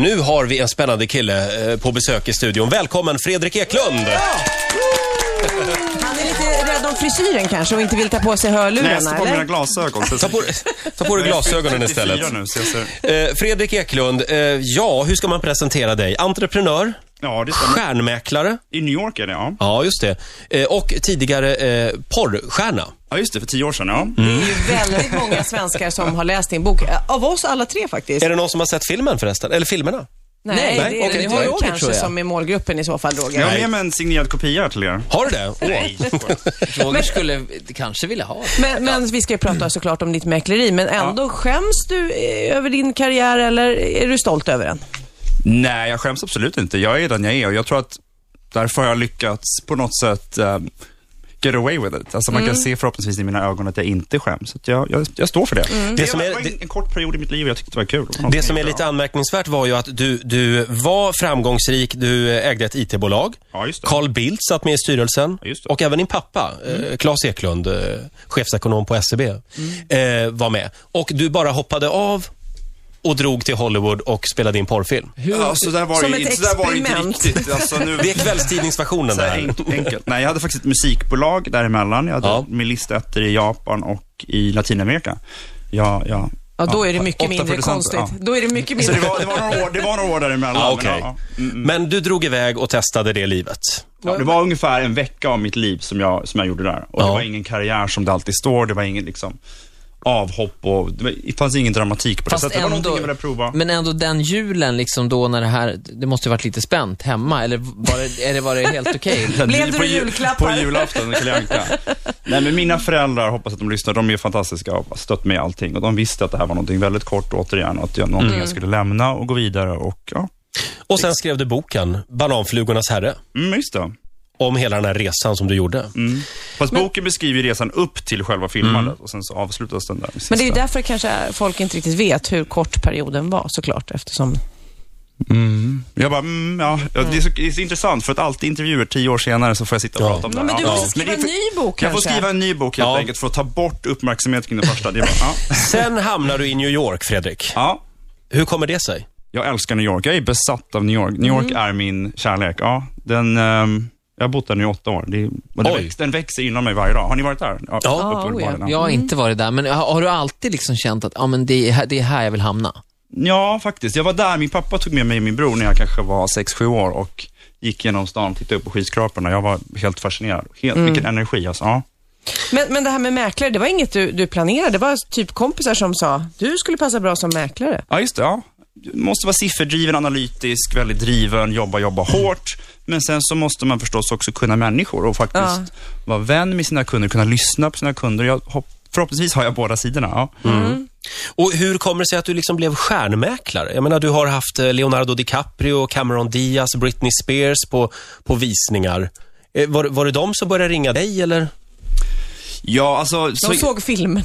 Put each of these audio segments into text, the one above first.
Nu har vi en spännande kille på besök i studion. Välkommen Fredrik Eklund! Ja. Han är lite rädd om frisyren kanske och inte vill ta på sig hörlurarna. Nej, jag på mina glasögon. Ta på dig glasögonen istället. Fredrik Eklund, hur ska man presentera dig? Entreprenör? Ja, det stämmer. Stjärnmäklare? I New York är det, ja. Ja, just det. Och tidigare porrstjärna. Ja, just det, för 10 år sedan, ja. Det är ju väldigt många svenskar som har läst din bok. Av oss alla 3 faktiskt. Är det någon som har sett filmen förresten? Eller filmerna? Nej, det är okay. det Roger kanske som är målgruppen i så fall, Roger. Jag har med mig en signerad kopia till er. Har du det? Nej. Roger skulle kanske vilja ha det. Men vi ska ju prata såklart om ditt mäkleri. Men ändå, skäms du över din karriär eller är du stolt över den? Nej, jag skäms absolut inte. Jag är den jag är och jag tror att därför har jag lyckats på något sätt get away with it. Alltså man kan se förhoppningsvis i mina ögon att jag inte skäms. Så jag står för det. Det var en kort period i mitt liv och jag tyckte det var kul. Det som är lite anmärkningsvärt var ju att du var framgångsrik, du ägde ett IT-bolag. Ja, just det. Carl Bildt satt med i styrelsen. Ja, just det. Och även din pappa, Claes Eklund, chefsekonom på SEB, var med. Och du bara hoppade av och drog till Hollywood och spelade in porrfilm. Så där var det inte riktigt. Alltså, nu... Det är kvällstidningsversionen där. Enkelt. Nej, jag hade faktiskt ett musikbolag däremellan. Jag hade min listor i Japan och i Latinamerika. Ja, då är det mycket mindre konstigt. Ja. Då är det mycket mindre. Så det var några år däremellan. Okay. Men du drog iväg och testade det livet. Ja, det var ungefär en vecka av mitt liv som jag gjorde där. Och det var ingen karriär som det alltid står. Det var ingen avhopp och det fanns ingen dramatik på det sättet. Det var någonting jag ville prova. Men ändå den julen liksom då när det måste ha varit lite spänt hemma eller var det helt okej? Blev det julklappar? På julafton med Kalle. Nej, men mina föräldrar, hoppas att de lyssnar, de är fantastiska och har stött med allting och de visste att det här var någonting väldigt kort återigen och att någonting jag skulle lämna och gå vidare och Och sen skrev du boken Bananflugornas herre. Just det. Om hela den här resan som du gjorde. Fast boken beskriver resan upp till själva filmandet och sen så avslutas den där. Men det är ju därför kanske folk inte riktigt vet hur kort perioden var såklart eftersom... Jag bara, det är så intressant för att alltid intervjuer 10 år senare så får jag sitta och prata om det. Men du måste skriva en ny bok kanske. Jag får skriva en ny bok helt enkelt för att ta bort uppmärksamhet kring det första. Det bara, Sen hamnar du i New York, Fredrik. Ja. Hur kommer det sig? Jag älskar New York. Jag är besatt av New York. New York är min kärlek. Ja, jag har bott där nu i 8 år. Den växer inom mig varje dag. Har ni varit där? Jag har inte varit där. Men har du alltid liksom känt att det är här jag vill hamna? Ja, faktiskt. Jag var där. Min pappa tog med mig och min bror när jag kanske var 6-7 år och gick genom stan och tittade upp på skyskraporna. Jag var helt fascinerad. Vilken energi alltså. Ja. Men det här med mäklare, det var inget du planerade. Det var typ kompisar som sa du skulle passa bra som mäklare. Ja, just det. Ja. Du måste vara sifferdriven, analytisk, väldigt driven, jobba hårt. Men sen så måste man förstås också kunna människor och faktiskt vara vän med sina kunder, kunna lyssna på sina kunder. Förhoppningsvis har jag båda sidorna. Ja. Och hur kommer det sig att du liksom blev stjärnmäklare? Jag menar, du har haft Leonardo DiCaprio, Cameron Diaz, Britney Spears på visningar. Var det de som började ringa dig eller? Ja, alltså... De såg filmen.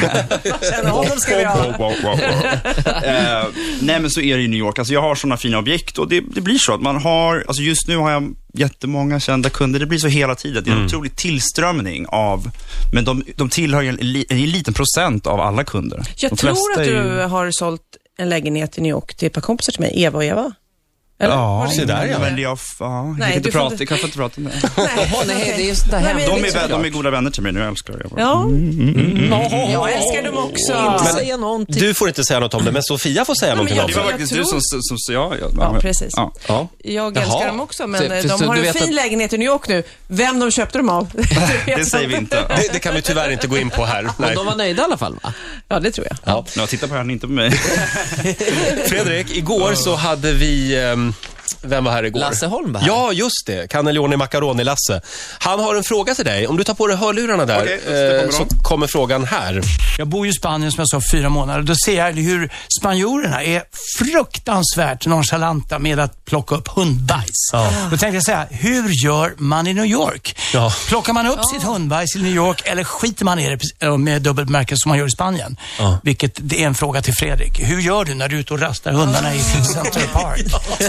Nej, men så är det i New York. Alltså jag har sådana fina objekt och det blir så att man har... Alltså just nu har jag jättemånga kända kunder. Det blir så hela tiden. Det är en otrolig tillströmning av... Men de tillhör en liten procent av alla kunder. Jag tror att du har sålt en lägenhet i New York till ett par kompisar till mig, Eva och Eva. Eller? Ja, så där ja. Men jag kan inte prata om det. Nej, det är just det här. De är goda vänner till mig nu, jag älskar det. Jag älskar dem också. Du får inte säga något om det, men Sofia får säga någonting om det. Det var faktiskt du som sa ja, precis. Ja. Jag älskar dem också, men de har en fin lägenhet i New York nu. Vem de köpte dem av? Det säger vi inte. Det kan vi tyvärr inte gå in på här. Men de var nöjda i alla fall, va? Ja, det tror jag. Ja, titta på henne, inte på mig. Fredrik, igår så hade vi... Vem var här igår? Lasse Holmberg. Ja, just det. Cannelloni Macaroni Lasse. Han har en fråga till dig. Om du tar på dig hörlurarna där så kommer frågan här. Jag bor ju i Spanien som jag sa 4 månader. Då ser jag hur spanjorerna är fruktansvärt nonchalanta med att plocka upp hundbajs. Då tänkte jag säga, hur gör man i New York? Plockar man upp sitt hundbajs i New York eller skiter man i det med dubbelmärken som man gör i Spanien? Vilket det är en fråga till Fredrik. Hur gör du när du är ute och rastar hundarna i Central Park?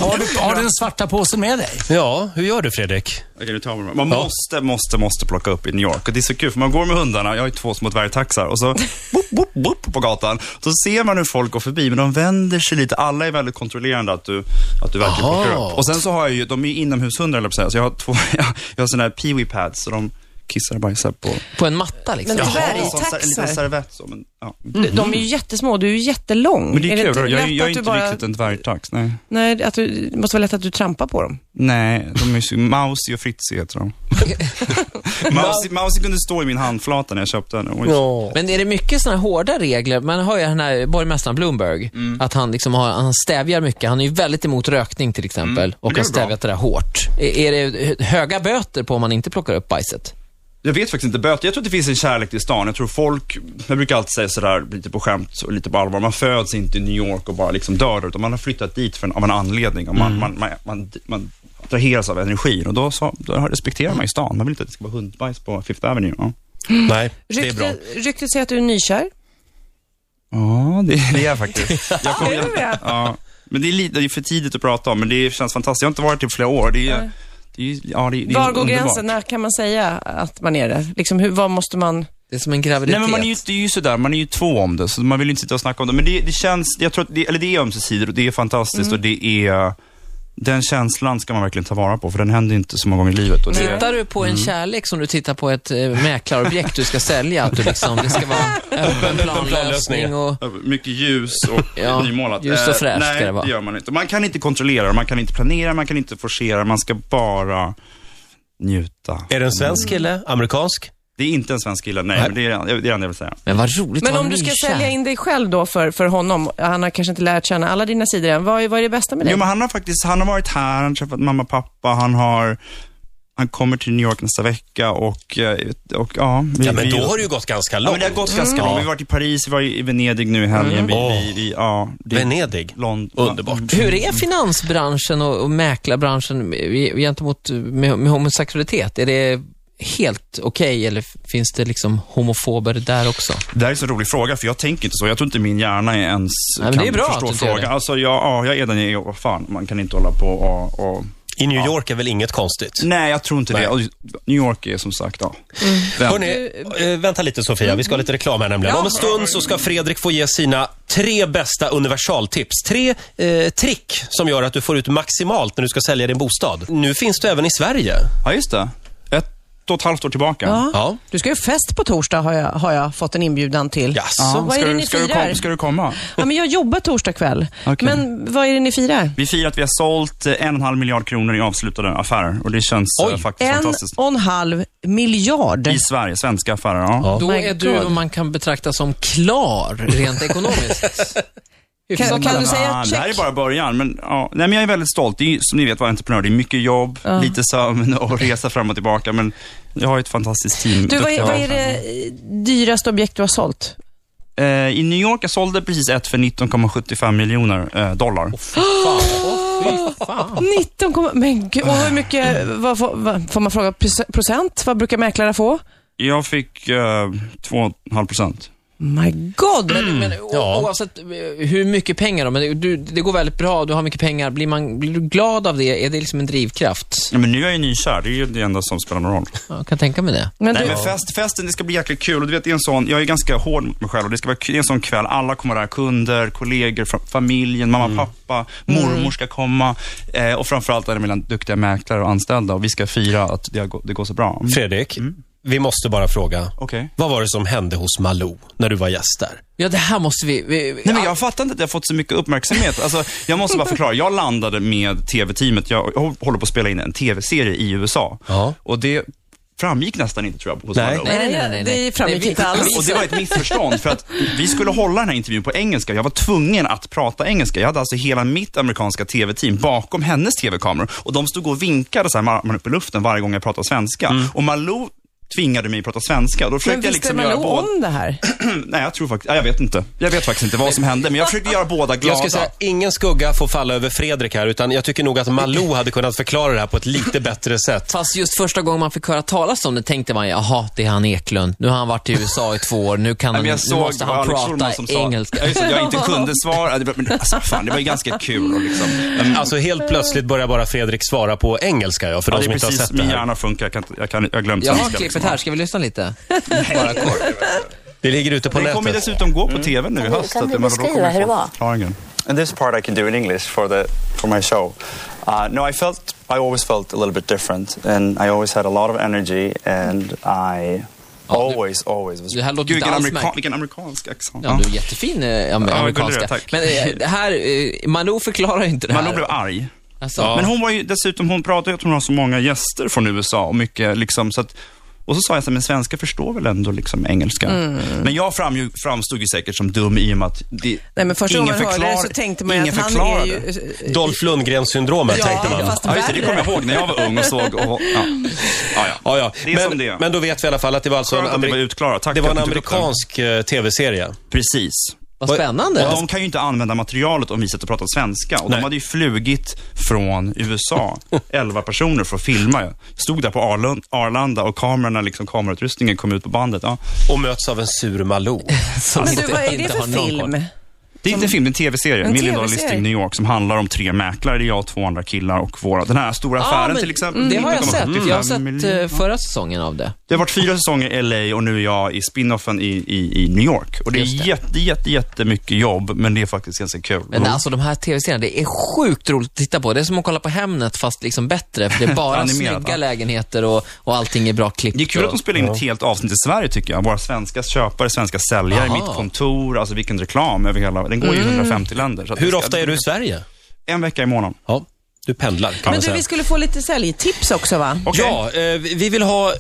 Har du den svarta påsen med dig? Ja, hur gör du, Fredrik? Man måste plocka upp i New York. Och det är så kul, för man går med hundarna. Jag har ju 2 små dvärgtaxar. Och så boop på gatan. Så ser man hur folk går förbi, men de vänder sig lite. Alla är väldigt kontrollerande att du verkligen plockar upp. Och sen så har jag ju, de är ju inomhushundar, eller så jag har jag har såna här peewee pads, så de kissar och bajsar på en matta liksom. Men en liten servett så, men ja. De är ju jättesmå, du är ju jättelång. Men det är kul, jag är inte bara... riktigt en dvärgtax, nej. Nej, att det måste vara lätt att du trampar på dem. Nej, de är Mausi och Fritzi heter de. Mausi kunde stå i min handflata när jag köpte den. Men är det mycket såna här hårda regler? Man har ju den här borgmästaren Bloomberg, att han liksom han stävjar mycket. Han är ju väldigt emot rökning till exempel, och har stävjat det där hårt. Är det höga böter på om man inte plockar upp bajset? Jag vet faktiskt inte böter. Jag tror att det finns en kärlek till stan. Jag tror jag brukar alltid säga sådär lite på skämt och lite på allvar. Man föds inte i New York och bara liksom dör, utan man har flyttat dit av en anledning. Och man attraheras av energin, och då respekterar man i stan. Man vill inte att det ska vara hundbajs på Fifth Avenue. Ja. Nej, det är bra. Ryktet säger att du är nykär. Ja, det är jag faktiskt. Ja, men det är för tidigt att prata om, men det känns fantastiskt. Jag har inte varit i flera år. Det är var går gränsen? När kan man säga att man är det? Liksom, vad måste man... Det är som en graviditet. Nej, men det är ju sådär, man är ju 2 om det, så man vill inte sitta och snacka om det. Men det känns, jag tror att det är ömsesidigt, och det är fantastiskt, och det är... Den känslan ska man verkligen ta vara på, för den händer inte så många gånger i livet. Och tittar du på en kärlek som du tittar på ett mäklarobjekt du ska sälja, att du liksom, det ska vara öppen planlösning och... Mycket ljus och nymålat. Ljus och fräscht ska det vara. Det gör man inte. Man kan inte kontrollera, man kan inte planera, man kan inte forcera, man ska bara njuta. Är det en svensk kille? Amerikansk? Det är inte en svensk kille, nej. Men det är det jag vill säga. Men vad roligt. Men om du ska sälja in dig själv då för honom, han har kanske inte lärt känna alla dina sidor än. Vad är det bästa med dig? Jo, men han har varit här, han har träffat mamma och pappa, han kommer till New York nästa vecka och ja. Men då har det ju gått ganska långt. Ja, men det har gått ganska långt. Vi har varit i Paris, vi var i Venedig nu i helgen. Venedig. London. Underbart. Hur är finansbranschen och mäklarbranschen gentemot med homosexualitet? Är det helt okej, eller finns det liksom homofober där också? Det här är så rolig fråga, för jag tänker inte så. Jag tror inte min hjärna ens kan det är bra förstå frågan. Alltså, jag är den vad fan, man kan inte hålla på och... I New York är väl inget konstigt? Nej, jag tror inte det. New York är som sagt, Hörrni, vänta lite Sofia, vi ska ha lite reklam här nämligen. Om en stund så ska Fredrik få ge sina 3 bästa universaltips. 3 trick som gör att du får ut maximalt när du ska sälja din bostad. Nu finns det även i Sverige. Ja, just det. 1,5 år tillbaka. Ja. Du ska ju fest på torsdag, har jag fått en inbjudan till. Jaså, vad är det ni firar? Ska du komma? Ja, men jag jobbar torsdag kväll. Okay. Men vad är det ni firar? Vi firar att vi har sålt 1,5 miljard kronor i avslutade affärer. Och det känns faktiskt fantastiskt. 1,5 miljard? I Sverige, svenska affärer, ja. Då är du vad man kan betrakta som klar, rent ekonomiskt. Kan du säga check? Det här är bara början, men men jag är väldigt stolt. Det är, som ni vet, att vara entreprenör. Det är mycket jobb, lite sömn och resa fram och tillbaka, men jag har ett fantastiskt team. Du, vad är det dyraste objekt du har sålt? I New York jag sålde precis ett för 19,75 miljoner dollar. Fan. 19, men gud, och hur mycket får man fråga procent? Vad brukar mäklare få? Jag fick 2,5%. My God. Men oavsett hur mycket pengar då, men det går väldigt bra, du har mycket pengar, blir du glad av det? Är det liksom en drivkraft? Ja, men nu är jag ju nykär, det är ju det enda som spelar någon roll. Jag kan tänka mig det. Men festen, det ska bli jäkligt kul, och du vet, det är en sån, jag är ganska hård mot mig själv, och det ska vara en sån kväll, alla kommer där, kunder, kollegor, familjen, mamma, pappa, mormor ska komma, och framförallt är det mellan duktiga mäklare och anställda, och vi ska fira att det går så bra. Fredrik, vi måste bara fråga. Okay. Vad var det som hände hos Malou när du var gäst där? Ja, det här måste vi... Nej, men jag fattar inte att jag har fått så mycket uppmärksamhet. Alltså, jag måste bara förklara. Jag landade med tv-teamet. Jag håller på att spela in en tv-serie i USA. Ja. Och det framgick nästan inte, tror jag, hos Malou. Nej. Det framgick inte alls. Och det var ett missförstånd, för att vi skulle hålla den här intervjun på engelska. Jag var tvungen att prata engelska. Jag hade alltså hela mitt amerikanska tv-team bakom hennes tv-kameror. Och de stod och vinkade så här, man upp i luften varje gång jag pratade svenska. Och Malou tvingade mig att prata svenska. Då försökte jag liksom göra båda. om det här? Nej, jag tror faktiskt, jag vet inte. Jag vet faktiskt inte vad som hände, men jag försökte göra båda glada. Jag ska säga, ingen skugga får falla över Fredrik här, utan jag tycker nog att Malou hade kunnat förklara det här på ett lite bättre sätt. Fast just första gången man fick höra talas om det tänkte man, jaha, det är han Eklund. Nu har han varit i USA i 2 år, nu måste han prata engelska. Jag inte kunde svara, men alltså, fan, det var ju ganska kul. Och liksom. Alltså helt plötsligt börjar bara Fredrik svara på engelska, för de som inte har sett det här. Min hjärna funkar, jag glömt Jag har svenska. klippet här, ska vi lyssna lite? Bara kort. Det ligger ute på nätet. Det kommer dessutom gå på tv nu i höst. Kan du beskriva hur det var? And this part I can do in English for my show. No, I always felt a little bit different, and I always had a lot of energy, and I always was. Det här låter inte alls märkligt. Vilken amerikansk accent. Ja, du är jättefin amerikanska. Tack. Men det här, Malou förklarar inte det här. Malou blev arg. Alltså. Ja. Men hon var ju dessutom, hon pratade att hon har så många gäster från USA och mycket liksom, så att, och så sa jag så här, men svenska förstår väl ändå liksom engelska. Men jag framstod ju säkert som dum i och med att nej, men första gången man hörde det så tänkte man att han är ju... Dolph Lundgren-syndromet tänkte man. Fast ja, just det kommer jag ihåg när jag var ung och såg. Ja. Det är som det är. Men då vet vi i alla fall att det var alltså det var en amerikansk tv-serie. Precis. Vad spännande. Och de kan ju inte använda materialet om vi sätter och pratar svenska. Och de hade ju flugit från USA 11 personer för att filma. Jag stod där på Arlanda och kamerautrustningen kom ut på bandet. Ja. Och möts av en sur Malou. Men du, vad är det för film? Det är inte en film, det är en tv-serie. En Million Dollar TV-serie. Listing New York som handlar om 3 mäklare. Det är jag och 2 andra killar och den här stora affären till exempel. Det har jag sett. Jag har sett förra säsongen av det. Det har varit 4 säsonger i LA och nu är jag i spin-offen i New York. Och det är jättemycket jobb, men det är faktiskt ganska kul. Men alltså de här tv-serierna, det är sjukt roligt att titta på. Det är som att kolla på Hemnet fast liksom bättre. För det är bara snygga lägenheter och allting är bra klippt. Det är kul att de spelar in ett helt avsnitt i Sverige tycker jag. Våra svenska köpare, svenska säljare, mitt kontor, alltså vilken reklam över hela. Den går ju 150 länder. Så hur ofta är du i Sverige? 1 vecka i månaden. Ja, du pendlar kan man säga. Men vi skulle få lite säljtips också, va? Okay. Ja, vi vill ha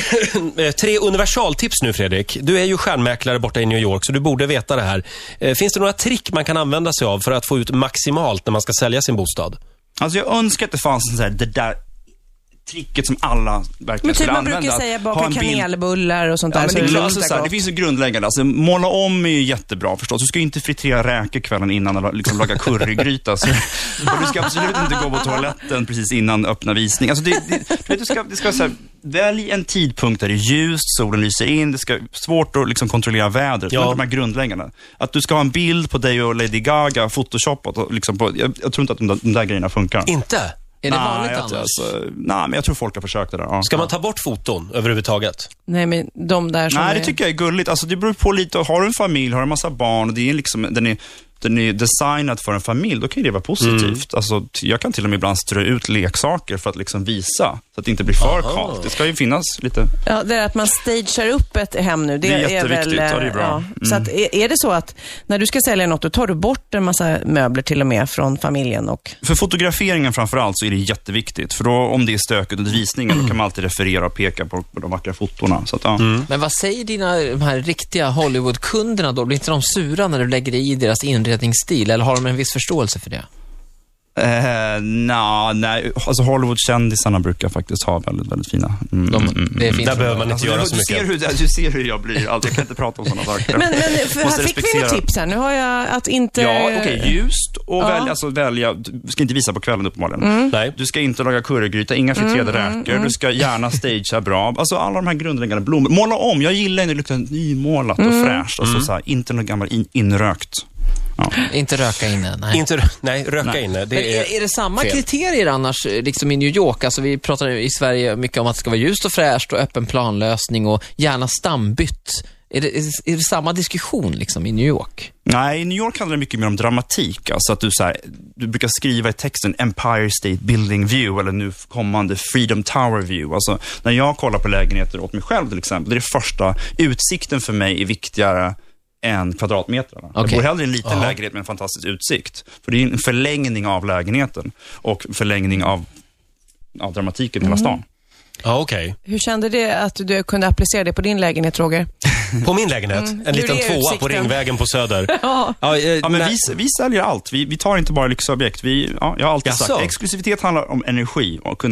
3 universaltips nu, Fredrik. Du är ju stjärnmäklare borta i New York, så du borde veta det här. Finns det några trick man kan använda sig av för att få ut maximalt när man ska sälja sin bostad? Alltså jag önskar att det fanns det där tricket som alla verkligen skulle använda. Man brukar säga baka kanelbullar och sånt där. Ja, men det finns ju grundläggande. Alltså, måla om är ju jättebra förstås. Du ska ju inte fritera räkor kvällen innan eller liksom laga currygryta. Och du ska absolut inte gå på toaletten precis innan öppna visning. Alltså, du ska så här, välj en tidpunkt där det är ljust, solen lyser in. Det ska svårt att liksom kontrollera vädret. Ja. De här grundläggande. Att du ska ha en bild på dig och Lady Gaga photoshopat. Och liksom jag tror inte att de där grejerna funkar. Inte? Är det vanligt annars? Nej, men jag tror folk har försökt det där. Ja. Ska man ta bort foton överhuvudtaget? Nej, men de där som det tycker jag är gulligt. Alltså det beror på lite. Har du en familj, har du en massa barn och det är liksom, den är designad för en familj, då kan det vara positivt. Alltså, jag kan till och med ibland strö ut leksaker för att liksom visa, så att det inte blir för kallt. Det ska ju finnas lite... Ja, det är att man stagear upp ett hem nu. Det är jätteviktigt, väl, ja, det är bra. Ja. Så att, är det så att när du ska sälja något, då tar du bort en massa möbler till och med från familjen? För fotograferingen framförallt så är det jätteviktigt. För då, om det är stökigt under visningen, då kan man alltid referera och peka på de vackra fotorna. Så att, ja. Men vad säger de här riktiga Hollywood-kunderna då? Blir inte de sura när du lägger i deras inredningsstil? Eller har de en viss förståelse för det? Nej, alltså Hollywood-kändisarna brukar faktiskt ha väldigt, väldigt fina. Det är fint. Där behöver man inte göra så mycket. Du ser hur jag blir. Jag kan inte prata om sådana saker. Men här fick vi några tips här. Nu har jag att inte... Ja, ljust och välja. Du ska inte visa på kvällen uppenbarligen. Nej. Du ska inte laga currygryta, inga friterade räkor. Du ska gärna stagea bra. Alltså alla de här grundläggande blommor. Måla om. Jag gillar när det luktar nymålat och fräscht. Och så här, inte något gammalt inrökt. Ja. Inte röka inne, nej. Röka inne. Är det samma kriterier annars liksom i New York? Alltså vi pratar i Sverige mycket om att det ska vara ljust och fräscht och öppen planlösning och gärna stambytt. Är det samma diskussion liksom i New York? Nej, i New York handlar det mycket mer om dramatik. Alltså att du brukar skriva i texten Empire State Building View eller nu kommande Freedom Tower View. Alltså när jag kollar på lägenheter åt mig själv till exempel, det är det första. Utsikten för mig är viktigare än kvadratmetrarna. Jag bor hellre i en liten lägenhet med en fantastisk utsikt. För det är en förlängning av lägenheten och förlängning av dramatiken i hela stan. Ja, okej. Hur kände det att du kunde applicera det på din lägenhet, Roger? På min lägenhet? En liten 2 på Ringvägen på Söder. Men vi säljer allt. Vi tar inte bara lyxobjekt. Jag har alltid sagt, exklusivitet handlar om energi och kunna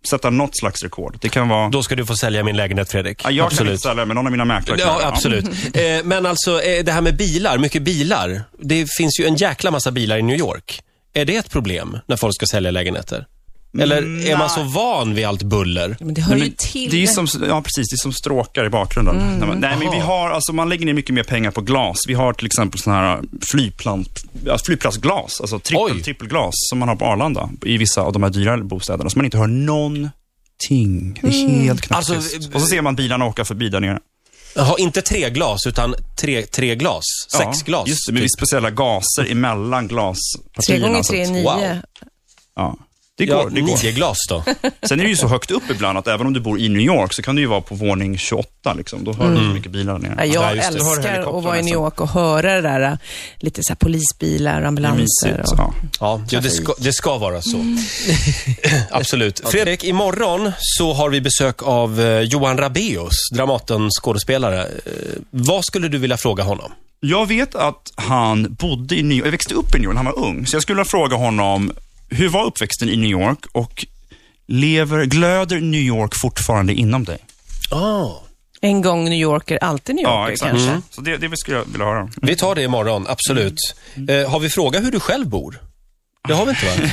sätta något slags rekord. Det kan vara... Då ska du få sälja min lägenhet, Fredrik. Ja, jag kan inte sälja, men någon av mina mäklare kan. Ja, absolut. Men alltså, det här med bilar, mycket bilar. Det finns ju en jäkla massa bilar i New York. Är det ett problem när folk ska sälja lägenheter? Eller är man så van vid allt buller? Men det hör ju till. Det är som, ja, precis. Det är som stråkar i bakgrunden. Nej, men vi har, alltså man lägger ner mycket mer pengar på glas. Vi har till exempel såna här flygplatsglas, alltså trippelglas som man har på Arlanda i vissa av de här dyra bostäderna, så man inte hör någonting. Det är helt knappt. Alltså, och så ser man bilarna åka förbi där nere. Jaha, inte 3 glas utan 3 glas, 6 glas. Just det, med speciella gaser emellan glaspartierna. 3 x 3 är 9. Wow. Ja. Det går. 9 glas då. Sen är det ju så högt upp ibland att även om du bor i New York så kan du ju vara på våning 28 liksom. Då hör du så mycket bilar där nere. Jag älskar att vara i New York och höra det där lite så här polisbilar, ambulanser. Ja, det ska vara så. Absolut. Fredrik, imorgon så har vi besök av Johan Rabaeus, Dramaten skådespelare. Vad skulle du vilja fråga honom? Jag vet att han bodde i New York, växte upp i New York när han var ung. Så jag skulle vilja fråga honom, hur var uppväxten i New York och glöder New York fortfarande inom dig? En gång New Yorker, alltid New Yorker kanske. Så det skulle jag vilja höra. Vi tar det imorgon, absolut. Har vi frågat hur du själv bor? Det har vi inte, va?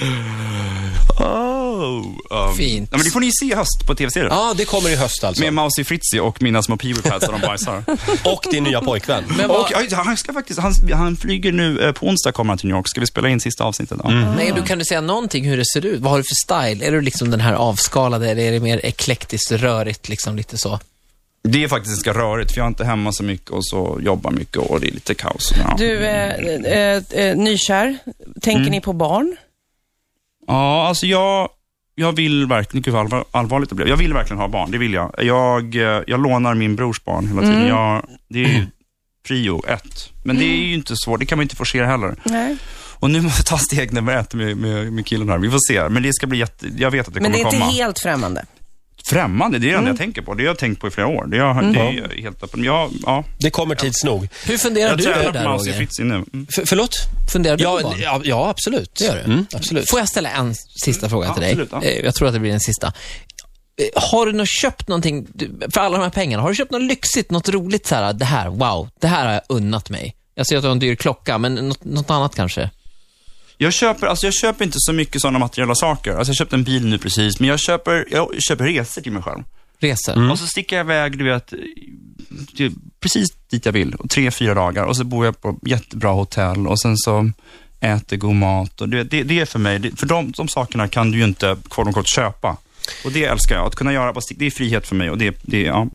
Fint. Ja, men det får ni se i höst på tv-serien. Ja, det kommer i höst alltså. Med Mousy Fritzy och mina små peewee-pads och de bajsar. Och din nya pojkvän. Han flyger nu på onsdag, kommer han till New York. Ska vi spela in sista avsnittet? Nej, kan du säga någonting hur det ser ut? Vad har du för style? Är du liksom den här avskalade eller är det mer eklektiskt rörigt liksom lite så? Det är faktiskt ganska rörigt, för jag är inte hemma så mycket och så jobbar mycket och det är lite kaos. Ja. Du, nykär, tänker ni på barn? Ja, alltså jag vill verkligen, gud vad allvarligt det blev. Jag vill verkligen ha barn, det vill jag. Jag lånar min brors barn hela tiden. Det är ju prio 1. Men det är ju inte svårt, det kan man inte forcera heller. Nej. Och nu måste jag ta steg nummer 1 med killen här. Vi får se, men det ska bli jag vet att det kommer komma. Men det är inte helt främmande? Främmande, det är det jag tänker på. Det har jag tänkt på i flera år. Det är helt öppen. Ja. Det kommer tids nog. Hur funderar du där, Roger? Förlåt? Funderar du på barn? Ja, absolut. Det gör du? Absolut. Får jag ställa en sista fråga till dig? Absolut, ja. Jag tror att det blir den sista. Har du köpt någonting för alla de här pengarna? Har du köpt något lyxigt, något roligt så här, det här har jag unnat mig? Jag ser att du har en dyr klocka, men något annat kanske? Jag köper inte så mycket sådana materiella saker. Alltså jag köpte en bil nu precis, men jag köper resor till mig själv. Resor? Och så sticker jag iväg, du vet, precis dit jag vill. 3-4 dagar. Och så bor jag på jättebra hotell. Och sen så äter god mat. Och det är för mig, för de sakerna kan du ju inte köpa. Och det älskar jag. Att kunna göra, det är frihet för mig. Och